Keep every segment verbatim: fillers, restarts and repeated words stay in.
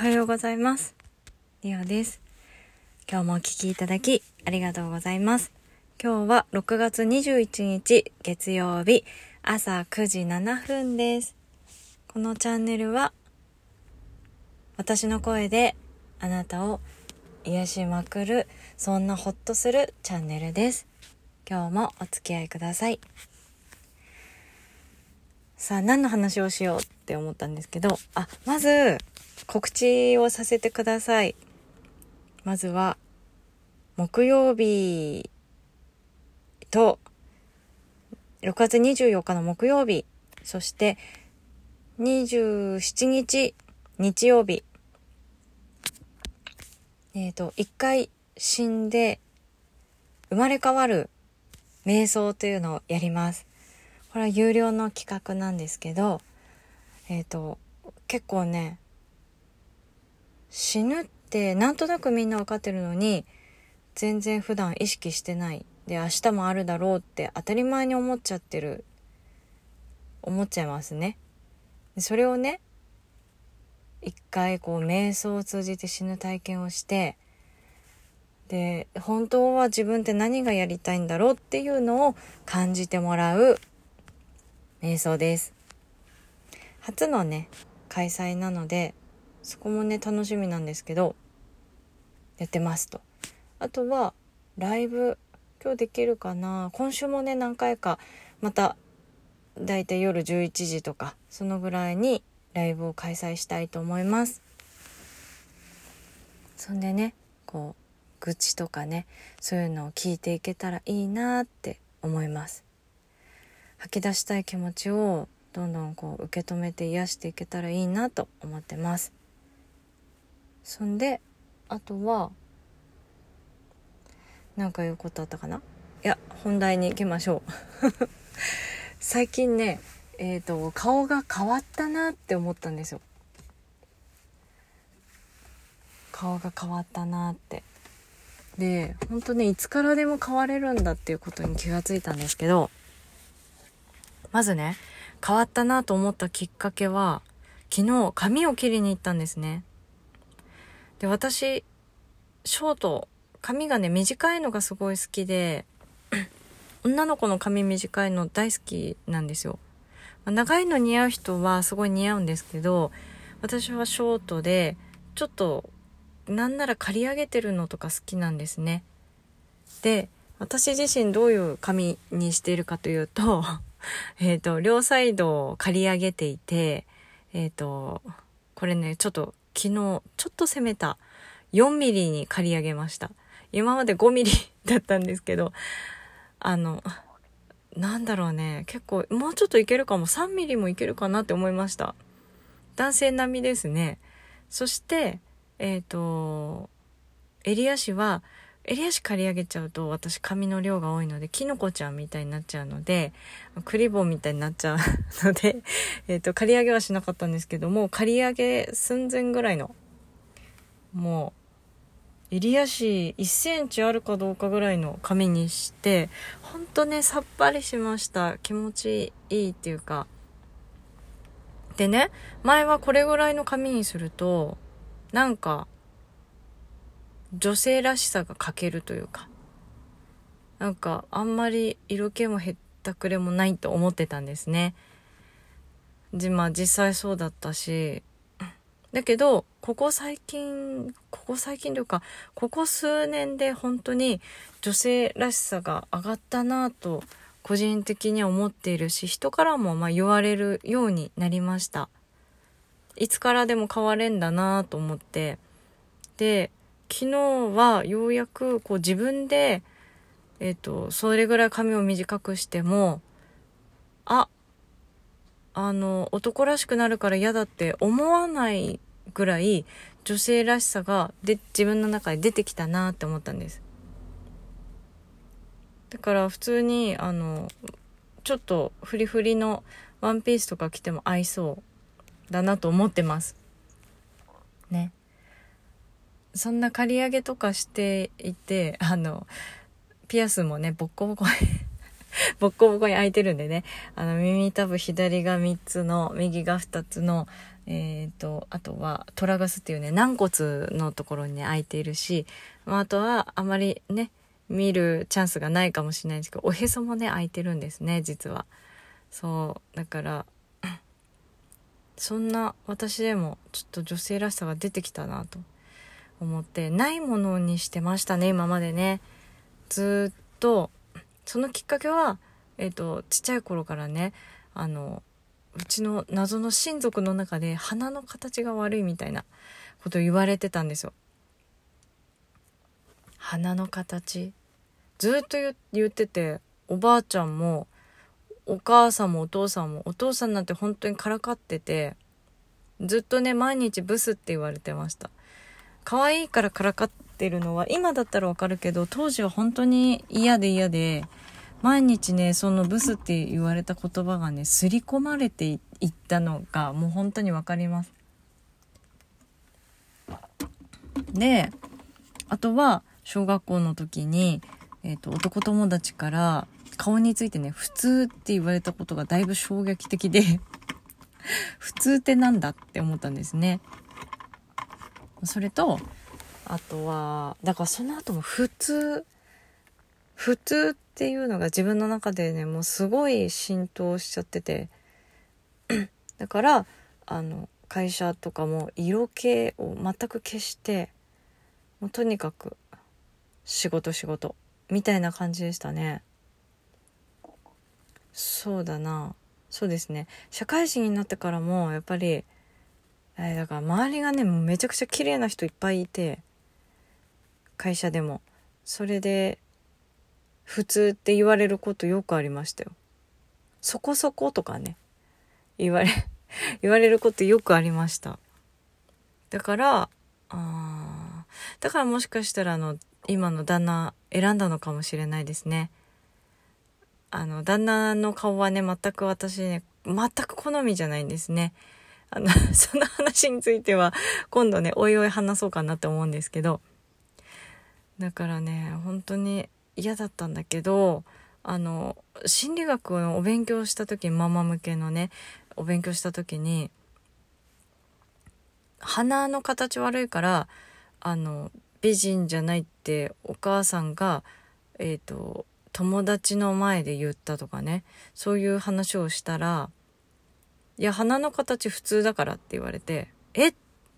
はようございます。リオです。今日もお聞きいただきありがとうございます。今日はろくがつにじゅういちにち月曜日朝くじななふんです。このチャンネルは私の声であなたを癒しまくる、そんなホッとするチャンネルです。今日もお付き合いください。さあ、何の話をしようって思ったんですけど、あ、まず告知をさせてください。まずは木曜日とろくがつにじゅうよっかの木曜日、そしてにじゅうしちにち日曜日、えっと一回死んで生まれ変わる瞑想というのをやります。これは有料の企画なんですけど、えっと結構ね、死ぬってなんとなくみんな分かってるのに全然普段意識してない。で、明日もあるだろうって当たり前に思っちゃってる思っちゃいますね。でそれをね、一回こう瞑想を通じて死ぬ体験をして、で本当は自分って何がやりたいんだろうっていうのを感じてもらう瞑想です。初のね開催なので、そこもね楽しみなんですけど、やってますと。あとはライブ、今日できるかな。今週もね何回かまただいたい夜じゅういちじとかそのぐらいにライブを開催したいと思います。そんでね、こう愚痴とかね、そういうのを聞いていけたらいいなって思います。吐き出したい気持ちをどんどんこう受け止めて癒していけたらいいなと思ってます。そんであとはなんか言うことあったかな。いや、本題に行きましょう最近ね、えーと顔が変わったなって思ったんですよ。顔が変わったなって。で、本当ね、いつからでも変われるんだっていうことに気がついたんですけど、まずね、変わったなと思ったきっかけは、昨日髪を切りに行ったんですね。で、私ショート、髪がね短いのがすごい好きで女の子の髪短いの大好きなんですよ。長いの似合う人はすごい似合うんですけど、私はショートでちょっとなんなら刈り上げてるのとか好きなんですね。で、私自身どういう髪にしているかというとえっと両サイドを刈り上げていて、えっとこれねちょっと昨日ちょっと攻めたよんミリに刈り上げました。今までごミリだったんですけど、あのなんだろうね、結構もうちょっといけるかも、さんミリもいけるかなって思いました。男性並みですね。そしてえっと襟足は襟足刈り上げちゃうと私髪の量が多いのでキノコちゃんみたいになっちゃうので、クリボーみたいになっちゃうのでえっと刈り上げはしなかったんですけども、刈り上げ寸前ぐらいの、もう襟足いっセンチあるかどうかぐらいの髪にして、ほんとねさっぱりしました。気持ちいいっていうか。でね、前はこれぐらいの髪にするとなんか女性らしさが欠けるというか、なんかあんまり色気もへったくれもないと思ってたんですね。で、まあ実際そうだったし、だけどここ最近ここ最近というかここ数年で本当に女性らしさが上がったなと個人的には思っているし、人からもまあ言われるようになりました。いつからでも変われんだなと思って、で昨日はようやくこう自分でえっとそれぐらい髪を短くしても、ああの男らしくなるから嫌だって思わないぐらい女性らしさがで自分の中で出てきたなって思ったんです。だから普通にあのちょっとフリフリのワンピースとか着ても合いそうだなと思ってますね。そんな刈り上げとかしていて、あのピアスもねボッコボコボッコボコに開いてるんでね、あの耳たぶ左がみっつの右がふたつのえーとあとはトラガスっていうね軟骨のところにね開いているし、まあ、あとはあまりね見るチャンスがないかもしれないんですけど、おへそもね開いてるんですね実は。そうだからそんな私でもちょっと女性らしさが出てきたなと思って、ないものにしてましたね今までね。ずっとそのきっかけはえっとちっちゃい頃からね、あのうちの謎の親族の中で鼻の形が悪いみたいなことを言われてたんですよ。鼻の形ずっと言ってて、おばあちゃんもお母さんもお父さんも、お父さんなんて本当にからかってて、ずっとね毎日ブスって言われてました。可愛いからからかってるのは今だったらわかるけど、当時は本当に嫌で嫌で、毎日ねそのブスって言われた言葉がね刷り込まれていったのがもう本当にわかります。であとは小学校の時に、えーと、男友達から顔についてね普通って言われたことがだいぶ衝撃的で普通ってなんだって思ったんですね。それとあとはだからその後も普通普通っていうのが自分の中でねもうすごい浸透しちゃっててだからあの会社とかも色気を全く消して、もうとにかく仕事仕事みたいな感じでしたね。そうだなそうですね。社会人になってからもやっぱり、えー、だから周りがねもうめちゃくちゃ綺麗な人いっぱいいて、会社でもそれで普通って言われることよくありましたよ。そこそことかね言われ言われることよくありました。だからあだからもしかしたらあの今の旦那選んだのかもしれないですね。あの旦那の顔はね全く私ね全く好みじゃないんですね。あのその話については今度ねおいおい話そうかなって思うんですけど、だからね本当に嫌だったんだけど、あの心理学のお勉強した時、ママ向けのねお勉強した時に、鼻の形悪いからあの美人じゃないってお母さんがえっと友達の前で言ったとかね、そういう話をしたら、いや鼻の形普通だからって言われて、え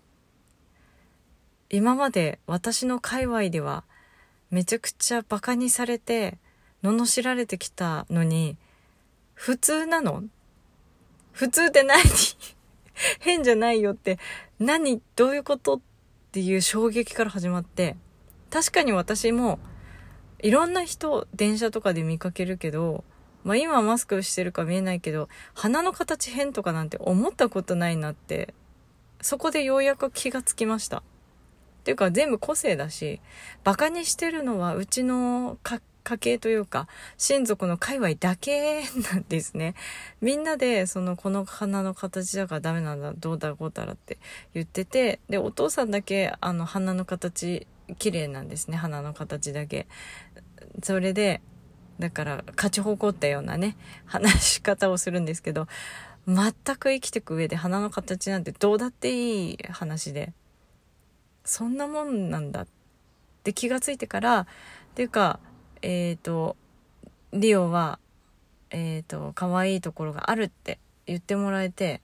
今まで私の界隈ではめちゃくちゃバカにされて罵られてきたのに普通なの？普通って何？変じゃないよって何？どういうこと？っていう衝撃から始まって、確かに私もいろんな人電車とかで見かけるけど、まあ今はマスクしてるか見えないけど鼻の形変とかなんて思ったことないなって、そこでようやく気がつきました。っていうか全部個性だし、バカにしてるのはうちの家家系というか親族の界隈だけなんですね。みんなでそのこの鼻の形だからダメなんだどうだこうだらって言ってて、でお父さんだけあの鼻の形綺麗なんですね。鼻の形だけ。それでだから勝ち誇ったようなね話し方をするんですけど、全く生きていく上で鼻の形なんてどうだっていい話で、そんなもんなんだって気がついてから、っていうかえっとリオはえっと可愛いところがあるって言ってもらえて、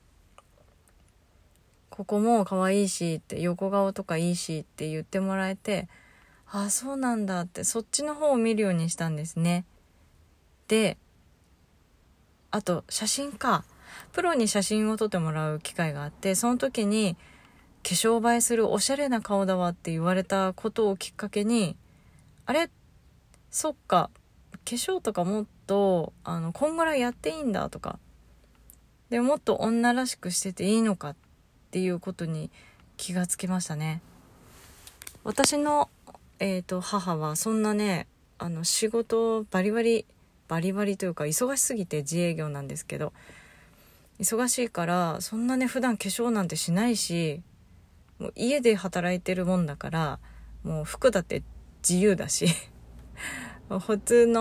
ここも可愛いしって横顔とかいいしって言ってもらえて、ああそうなんだってそっちの方を見るようにしたんですね。であと写真かプロに写真を撮ってもらう機会があって、その時に化粧映えするおしゃれな顔だわって言われたことをきっかけに、あれそっか化粧とかもっとあのこんぐらいやっていいんだとかで、もっと女らしくしてていいのかっていうことに気がつきましたね。私の、えーと、母はそんなねあの仕事バリバリバリバリというか忙しすぎて自営業なんですけど、忙しいからそんなね普段化粧なんてしないし、もう家で働いてるもんだからもう服だって自由だし普通の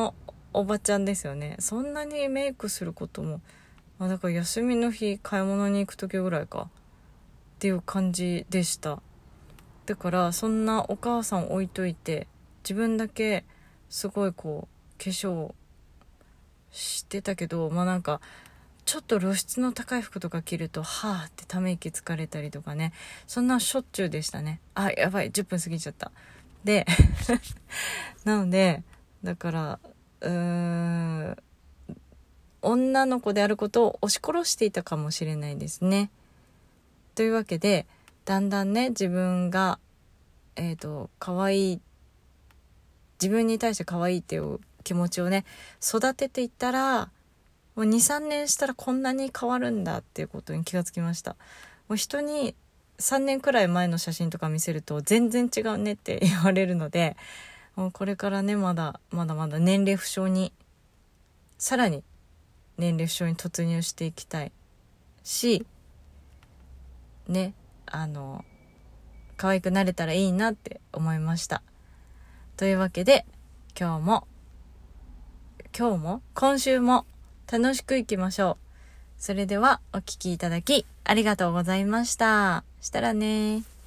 おばちゃんですよね。そんなにメイクすることも、まあ、だから休みの日買い物に行く時ぐらいかっていう感じでした。だからそんなお母さん置いといて、自分だけすごいこう化粧してたけど、まあなんかちょっと露出の高い服とか着るとはぁってため息疲れたりとかね、そんなしょっちゅうでしたね。あ、やばい、じゅっぷん過ぎちゃった。でなのでだからうーん女の子であることを押し殺していたかもしれないですね。というわけで、だんだんね、自分がえっと可愛い、自分に対して可愛いっていう気持ちをね育てていったら、もう に,さん 年したらこんなに変わるんだっていうことに気がつきました。もう人にさんねんくらい前の写真とか見せると全然違うねって言われるので、もうこれからねまだまだまだ年齢不詳に、さらに年齢不詳に突入していきたいしね、あの可愛くなれたらいいなって思いました。というわけで今日も今日も今週も楽しくいきましょう。それではお聞きいただきありがとうございました。したらね。